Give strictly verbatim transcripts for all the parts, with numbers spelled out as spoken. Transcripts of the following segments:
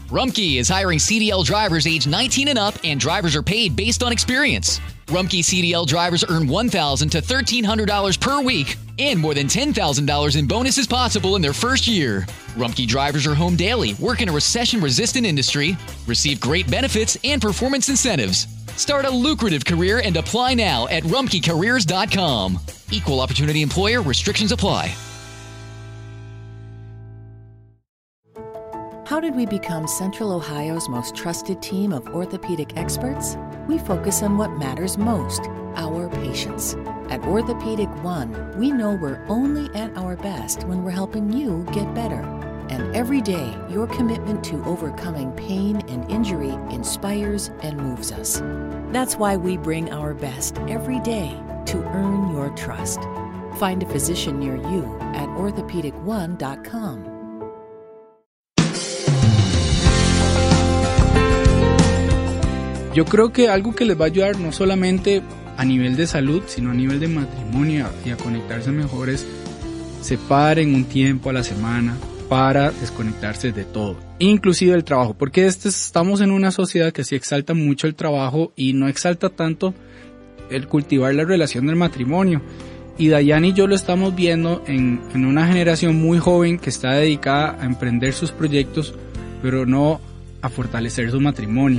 Rumpke is hiring C D L drivers age nineteen and up, and drivers are paid based on experience. Rumpke C D L drivers earn one thousand dollars to thirteen hundred dollars per week, and more than ten thousand dollars in bonuses possible in their first year. Rumpke drivers are home daily, work in a recession-resistant industry, receive great benefits and performance incentives. Start a lucrative career and apply now at rumpke careers dot com. Equal opportunity employer. Restrictions apply. How did we become Central Ohio's most trusted team of orthopedic experts? We focus on what matters most, our patients. At Orthopedic One, we know we're only at our best when we're helping you get better. And every day, your commitment to overcoming pain and injury inspires and moves us. That's why we bring our best every day to earn your trust. Find a physician near you at orthopedic one dot com. Yo creo que algo que les va a ayudar no solamente a nivel de salud, sino a nivel de matrimonio y a conectarse mejor es separen un tiempo a la semana para desconectarse de todo, inclusive el trabajo, porque este, estamos en una sociedad que sí exalta mucho el trabajo y no exalta tanto el cultivar la relación del matrimonio. Y Dayani y yo lo estamos viendo en, en una generación muy joven que está dedicada a emprender sus proyectos, pero no a fortalecer su matrimonio.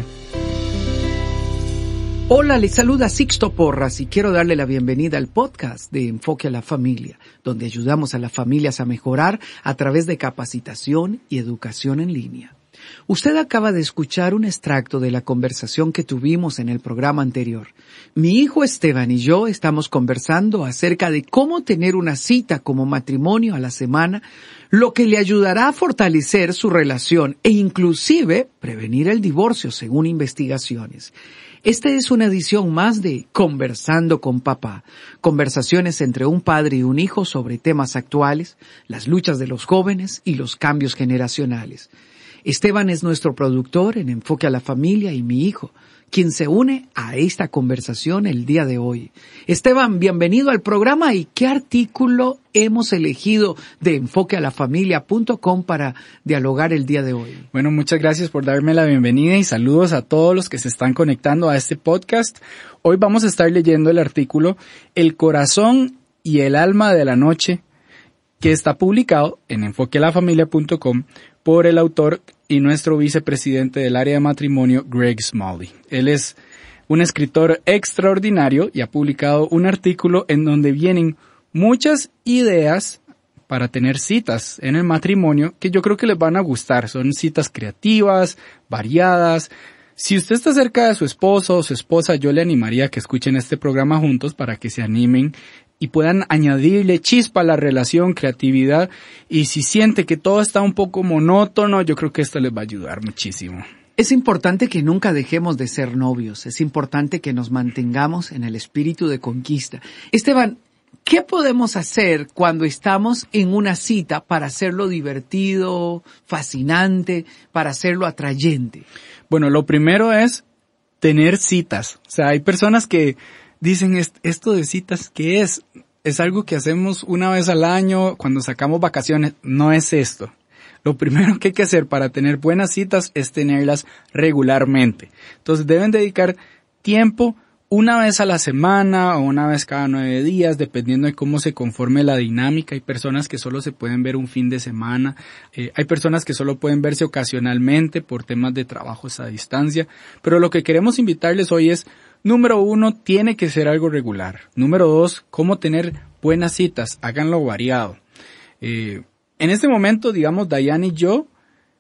Hola, les saluda Sixto Porras y quiero darle la bienvenida al podcast de Enfoque a la Familia, donde ayudamos a las familias a mejorar a través de capacitación y educación en línea. Usted acaba de escuchar un extracto de la conversación que tuvimos en el programa anterior. Mi hijo Esteban y yo estamos conversando acerca de cómo tener una cita como matrimonio a la semana, lo que le ayudará a fortalecer su relación e inclusive prevenir el divorcio según investigaciones. Esta es una edición más de Conversando con Papá, conversaciones entre un padre y un hijo sobre temas actuales, las luchas de los jóvenes y los cambios generacionales. Esteban es nuestro productor en Enfoque a la Familia y mi hijo, quien se une a esta conversación el día de hoy. Esteban, bienvenido al programa. ¿Y qué artículo hemos elegido de enfoque a la familia punto com para dialogar el día de hoy? Bueno, muchas gracias por darme la bienvenida y saludos a todos los que se están conectando a este podcast. Hoy vamos a estar leyendo el artículo El corazón y el alma de la noche, que está publicado en enfoque a la familia punto com por el autor y nuestro vicepresidente del área de matrimonio, Greg Smalley. Él es un escritor extraordinario y ha publicado un artículo en donde vienen muchas ideas para tener citas en el matrimonio que yo creo que les van a gustar. Son citas creativas, variadas. Si usted está cerca de su esposo o su esposa, yo le animaría a que escuchen este programa juntos para que se animen y puedan añadirle chispa a la relación, creatividad, y si siente que todo está un poco monótono, yo creo que esto les va a ayudar muchísimo. Es importante que nunca dejemos de ser novios, es importante que nos mantengamos en el espíritu de conquista. Esteban, ¿qué podemos hacer cuando estamos en una cita para hacerlo divertido, fascinante, para hacerlo atrayente? Bueno, lo primero es tener citas. O sea, hay personas que dicen, esto de citas, ¿qué es? Es algo que hacemos una vez al año cuando sacamos vacaciones. No es esto. Lo primero que hay que hacer para tener buenas citas es tenerlas regularmente. Entonces deben dedicar tiempo una vez a la semana o una vez cada nueve días, dependiendo de cómo se conforme la dinámica. Hay personas que solo se pueden ver un fin de semana. Eh, hay personas que solo pueden verse ocasionalmente por temas de trabajos a distancia. Pero lo que queremos invitarles hoy es, número uno, tiene que ser algo regular. Número dos, cómo tener buenas citas. Háganlo variado. Eh, en este momento, digamos, Dayani y yo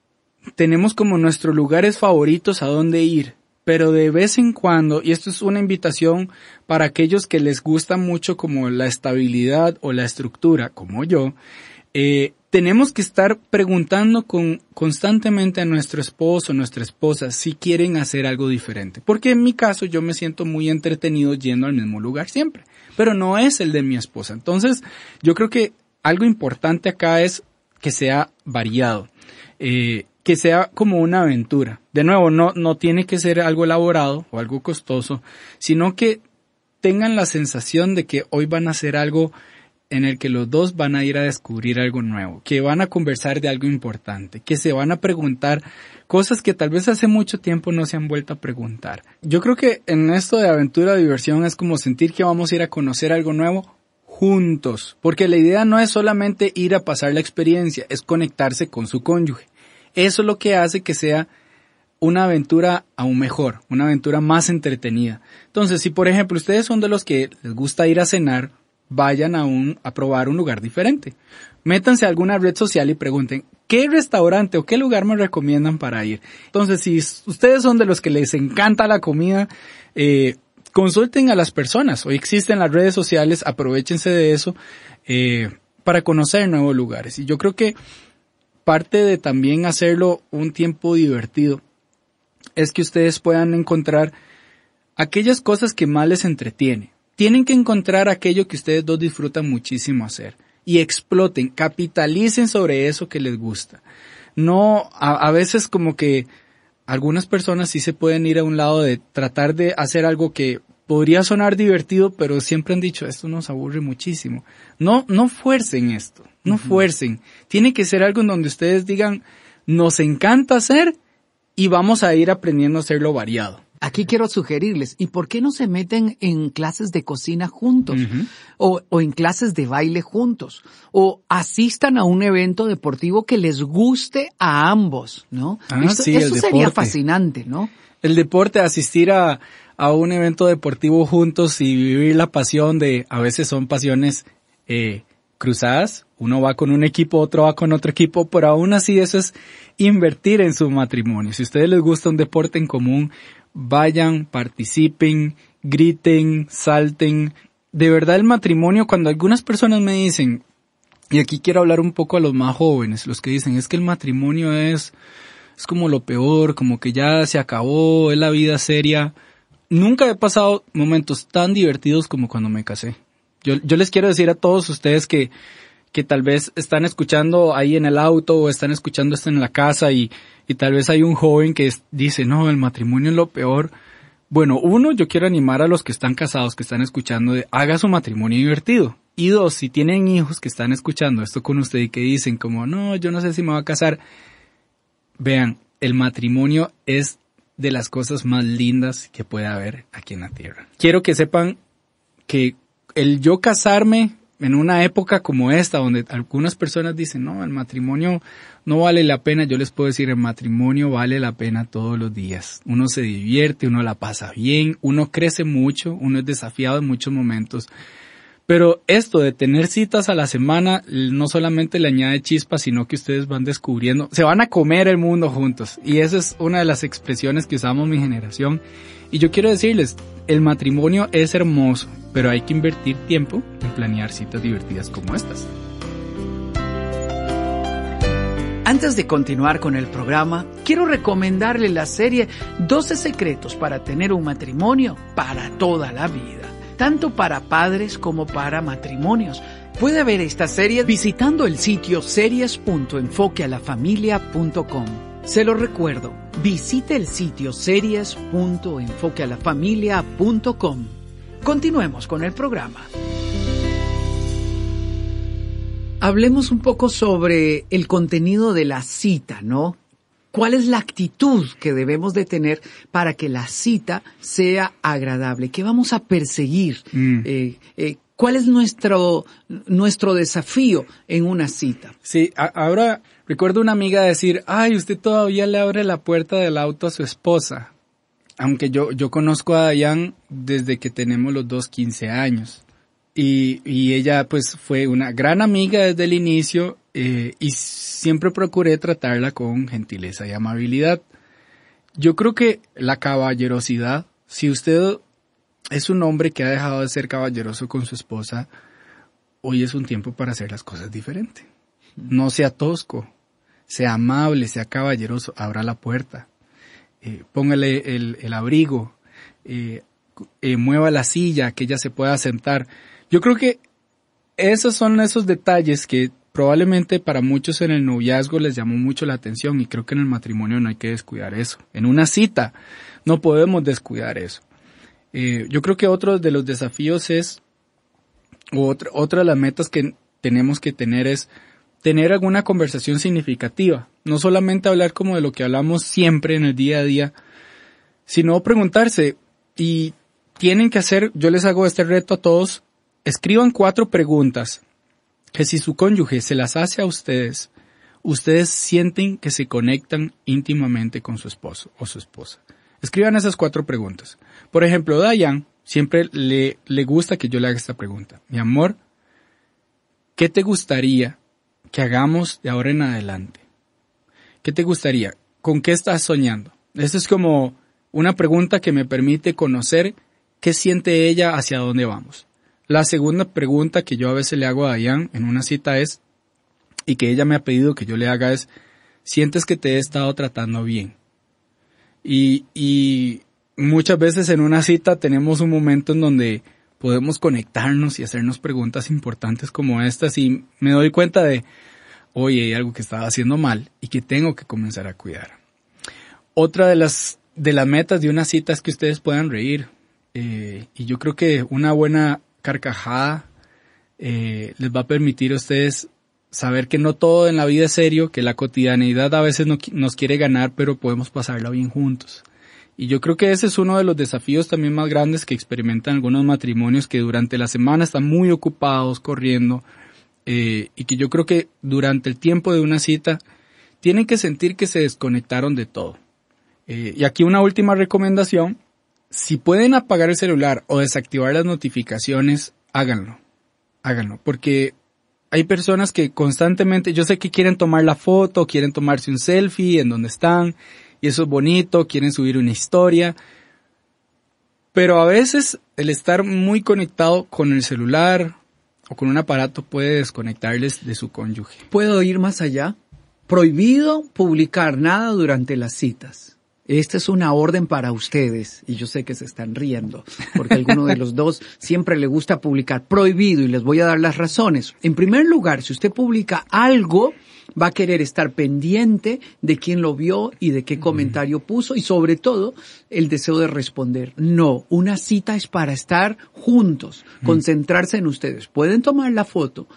tenemos como nuestros lugares favoritos a dónde ir. Pero de vez en cuando, y esto es una invitación para aquellos que les gusta mucho como la estabilidad o la estructura, como yo, eh, tenemos que estar preguntando con, constantemente a nuestro esposo o nuestra esposa si quieren hacer algo diferente. Porque en mi caso yo me siento muy entretenido yendo al mismo lugar siempre, pero no es el de mi esposa. Entonces yo creo que algo importante acá es que sea variado. Eh, que sea como una aventura. De nuevo, no, no tiene que ser algo elaborado o algo costoso, sino que tengan la sensación de que hoy van a hacer algo en el que los dos van a ir a descubrir algo nuevo, que van a conversar de algo importante, que se van a preguntar cosas que tal vez hace mucho tiempo no se han vuelto a preguntar. Yo creo que en esto de aventura o diversión es como sentir que vamos a ir a conocer algo nuevo juntos, porque la idea no es solamente ir a pasar la experiencia, es conectarse con su cónyuge. Eso es lo que hace que sea una aventura aún mejor, una aventura más entretenida. Entonces, si por ejemplo ustedes son de los que les gusta ir a cenar, vayan a, un, a probar un lugar diferente. Métanse a alguna red social y pregunten, ¿qué restaurante o qué lugar me recomiendan para ir? Entonces, si ustedes son de los que les encanta la comida, eh, consulten a las personas. Hoy existen las redes sociales, aprovéchense de eso eh, para conocer nuevos lugares. Y yo creo que parte de también hacerlo un tiempo divertido es que ustedes puedan encontrar aquellas cosas que más les entretiene. Tienen que encontrar aquello que ustedes dos disfrutan muchísimo hacer y exploten, capitalicen sobre eso que les gusta. No, a, a veces como que algunas personas sí se pueden ir a un lado de tratar de hacer algo que podría sonar divertido, pero siempre han dicho, esto nos aburre muchísimo. No, no fuercen esto, no uh-huh. fuercen. Tiene que ser algo en donde ustedes digan, nos encanta hacer y vamos a ir aprendiendo a hacerlo variado. Aquí quiero sugerirles, ¿y por qué no se meten en clases de cocina juntos? Uh-huh. O, o en clases de baile juntos. O asistan a un evento deportivo que les guste a ambos, ¿no? Ah, Esto, sí, eso el sería deporte. fascinante, ¿no? El deporte, asistir a, a un evento deportivo juntos y vivir la pasión de, a veces son pasiones eh, cruzadas. Uno va con un equipo, otro va con otro equipo, pero aún así eso es invertir en su matrimonio. Si a ustedes les gusta un deporte en común, vayan, participen, griten, salten. De verdad el matrimonio, cuando algunas personas me dicen, y aquí quiero hablar un poco a los más jóvenes, los que dicen, es que el matrimonio es, es como lo peor, como que ya se acabó, es la vida seria. Nunca he pasado momentos tan divertidos como cuando me casé. Yo, yo les quiero decir a todos ustedes que, que tal vez están escuchando ahí en el auto o están escuchando esto en la casa y, y tal vez hay un joven que es, dice, no, el matrimonio es lo peor. Bueno, uno, yo quiero animar a los que están casados, que están escuchando, de haga su matrimonio divertido. Y dos, si tienen hijos que están escuchando esto con usted y que dicen como, no, yo no sé si me voy a casar. Vean, el matrimonio es de las cosas más lindas que puede haber aquí en la tierra. Quiero que sepan que el yo casarme en una época como esta, donde algunas personas dicen, no, el matrimonio no vale la pena, yo les puedo decir, el matrimonio vale la pena todos los días. Uno se divierte, uno la pasa bien, uno crece mucho, uno es desafiado en muchos momentos. Pero esto de tener citas a la semana no solamente le añade chispas, sino que ustedes van descubriendo, se van a comer el mundo juntos. Y esa es una de las expresiones que usamos mi generación. Y yo quiero decirles, el matrimonio es hermoso, pero hay que invertir tiempo en planear citas divertidas como estas. Antes de continuar con el programa, quiero recomendarle la serie doce secretos para tener un matrimonio para toda la vida, tanto para padres como para matrimonios. Puede ver esta serie visitando el sitio series punto enfoque a la familia punto com. Se lo recuerdo, visite el sitio series punto enfoque a la familia punto com. Continuemos con el programa. Hablemos un poco sobre el contenido de la cita, ¿no? ¿Cuál es la actitud que debemos de tener para que la cita sea agradable? ¿Qué vamos a perseguir? Mm. Eh, eh, ¿Cuál es nuestro nuestro desafío en una cita? Sí, a- ahora recuerdo una amiga decir, ay, usted todavía le abre la puerta del auto a su esposa. Aunque yo yo conozco a Dayan desde que tenemos los dos quince años. Y, y ella pues fue una gran amiga desde el inicio eh, y siempre procuré tratarla con gentileza y amabilidad. Yo creo que la caballerosidad, si usted es un hombre que ha dejado de ser caballeroso con su esposa, hoy es un tiempo para hacer las cosas diferente. No sea tosco, sea amable, sea caballeroso, abra la puerta, eh, póngale el, el abrigo, eh, eh, mueva la silla, que ella se pueda sentar. Yo creo que esos son esos detalles que probablemente para muchos en el noviazgo les llamó mucho la atención y creo que en el matrimonio no hay que descuidar eso. En una cita no podemos descuidar eso. Eh, yo creo que otro de los desafíos es otra, otra de las metas que tenemos que tener es tener alguna conversación significativa. No solamente hablar como de lo que hablamos siempre en el día a día, sino preguntarse, y tienen que hacer, yo les hago este reto a todos, escriban cuatro preguntas que si su cónyuge se las hace a ustedes, ustedes sienten que se conectan íntimamente con su esposo o su esposa. Escriban esas cuatro preguntas. Por ejemplo, Dayan siempre le, le gusta que yo le haga esta pregunta. Mi amor, ¿qué te gustaría que hagamos de ahora en adelante? ¿Qué te gustaría? ¿Con qué estás soñando? Esa es como una pregunta que me permite conocer qué siente ella, hacia dónde vamos. La segunda pregunta que yo a veces le hago a Dayan en una cita es, y que ella me ha pedido que yo le haga es, ¿sientes que te he estado tratando bien? Y, y muchas veces en una cita tenemos un momento en donde podemos conectarnos y hacernos preguntas importantes como estas y me doy cuenta de, oye, hay algo que estaba haciendo mal y que tengo que comenzar a cuidar. Otra de las, de las metas de una cita es que ustedes puedan reír. Eh, y yo creo que una buena carcajada eh, les va a permitir a ustedes saber que no todo en la vida es serio, que la cotidianeidad a veces no, nos quiere ganar, pero podemos pasarla bien juntos. Y yo creo que ese es uno de los desafíos también más grandes que experimentan algunos matrimonios que durante la semana están muy ocupados, corriendo, eh, y que yo creo que durante el tiempo de una cita tienen que sentir que se desconectaron de todo. Eh, y aquí una última recomendación, si pueden apagar el celular o desactivar las notificaciones, háganlo, háganlo, porque hay personas que constantemente, yo sé que quieren tomar la foto, quieren tomarse un selfie en donde están, y eso es bonito, quieren subir una historia, pero a veces el estar muy conectado con el celular o con un aparato puede desconectarles de su cónyuge. ¿Puedo ir más allá? Prohibido publicar nada durante las citas. Esta es una orden para ustedes, y yo sé que se están riendo, porque a alguno de los dos siempre le gusta publicar. Prohibido, y les voy a dar las razones. En primer lugar, si usted publica algo, va a querer estar pendiente de quién lo vio y de qué comentario puso, y sobre todo, el deseo de responder. No, una cita es para estar juntos, concentrarse en ustedes. Pueden tomar la foto,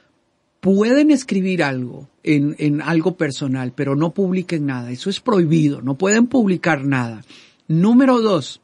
pueden escribir algo en, en algo personal, pero no publiquen nada. Eso es prohibido. No pueden publicar nada. Número dos,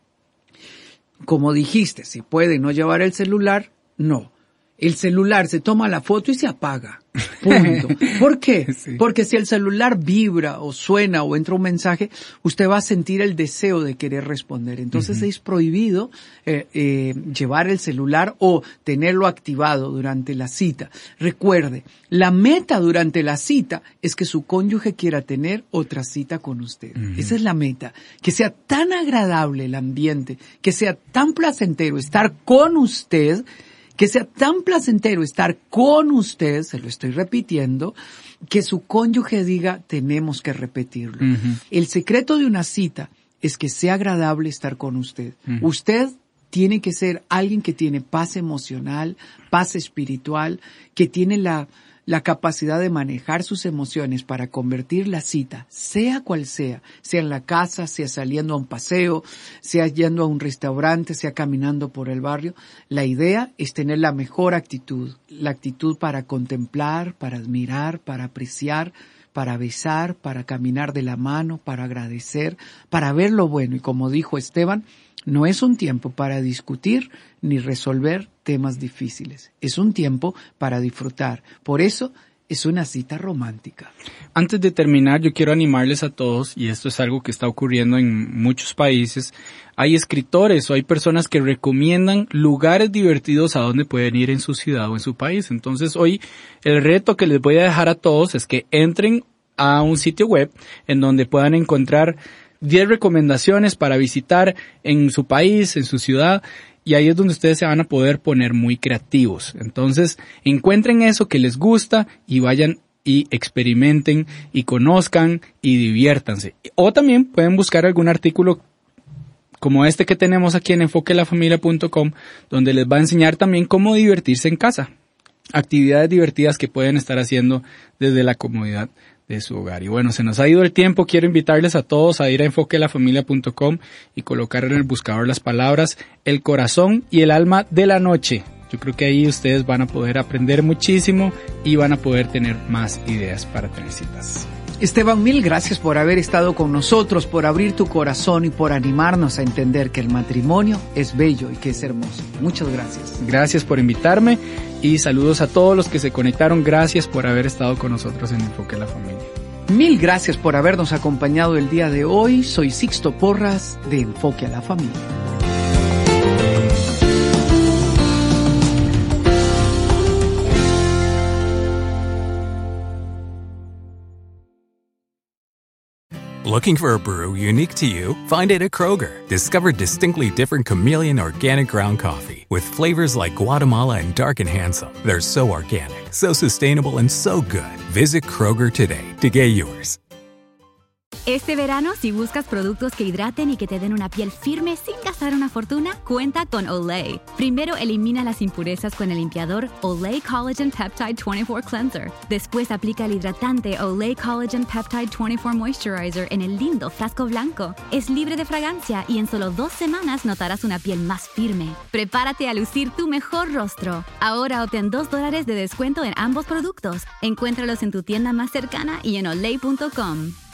como dijiste, si pueden no llevar el celular, no. El celular se toma la foto y se apaga. Punto. ¿Por qué? Sí. Porque si el celular vibra o suena o entra un mensaje, usted va a sentir el deseo de querer responder. Entonces uh-huh. es prohibido eh, eh, llevar el celular o tenerlo activado durante la cita. Recuerde, la meta durante la cita es que su cónyuge quiera tener otra cita con usted. Uh-huh. Esa es la meta. Que sea tan agradable el ambiente, que sea tan placentero estar con usted, que sea tan placentero estar con usted, se lo estoy repitiendo, que su cónyuge diga, tenemos que repetirlo. Uh-huh. El secreto de una cita es que sea agradable estar con usted. Uh-huh. Usted tiene que ser alguien que tiene paz emocional, paz espiritual, que tiene la, la capacidad de manejar sus emociones para convertir la cita, sea cual sea, sea en la casa, sea saliendo a un paseo, sea yendo a un restaurante, sea caminando por el barrio. La idea es tener la mejor actitud, la actitud para contemplar, para admirar, para apreciar, para besar, para caminar de la mano, para agradecer, para ver lo bueno. Y como dijo Esteban, no es un tiempo para discutir ni resolver temas difíciles. Es un tiempo para disfrutar. Por eso es una cita romántica. Antes de terminar, yo quiero animarles a todos, y esto es algo que está ocurriendo en muchos países. Hay escritores o hay personas que recomiendan lugares divertidos a donde pueden ir en su ciudad o en su país. Entonces, hoy el reto que les voy a dejar a todos es que entren a un sitio web en donde puedan encontrar diez recomendaciones para visitar en su país, en su ciudad, y ahí es donde ustedes se van a poder poner muy creativos. Entonces, encuentren eso que les gusta y vayan y experimenten y conozcan y diviértanse. O también pueden buscar algún artículo como este que tenemos aquí en enfoque la familia punto com, donde les va a enseñar también cómo divertirse en casa. Actividades divertidas que pueden estar haciendo desde la comodidad de su hogar. Y bueno, se nos ha ido el tiempo. Quiero invitarles a todos a ir a enfoque la familia punto com y colocar en el buscador las palabras el corazón y el alma de la noche. Yo creo que ahí ustedes van a poder aprender muchísimo y van a poder tener más ideas para tener citas. Esteban, mil gracias por haber estado con nosotros, por abrir tu corazón y por animarnos a entender que el matrimonio es bello y que es hermoso. Muchas gracias. Gracias por invitarme y saludos a todos los que se conectaron. Gracias por haber estado con nosotros en Enfoque a la Familia. Mil gracias por habernos acompañado el día de hoy. Soy Sixto Porras de Enfoque a la Familia. Looking for a brew unique to you? Find it at Kroger. Discover distinctly different Chameleon organic ground coffee with flavors like Guatemala and Dark and Handsome. They're so organic, so sustainable, and so good. Visit Kroger today to get yours. Este verano, si buscas productos que hidraten y que te den una piel firme sin gastar una fortuna, cuenta con Olay. Primero elimina las impurezas con el limpiador Olay Collagen Peptide veinticuatro Cleanser. Después aplica el hidratante Olay Collagen Peptide veinticuatro Moisturizer en el lindo frasco blanco. Es libre de fragancia y en solo dos semanas notarás una piel más firme. Prepárate a lucir tu mejor rostro. Ahora obtén dos dólares de descuento en ambos productos. Encuéntralos en tu tienda más cercana y en olay punto com.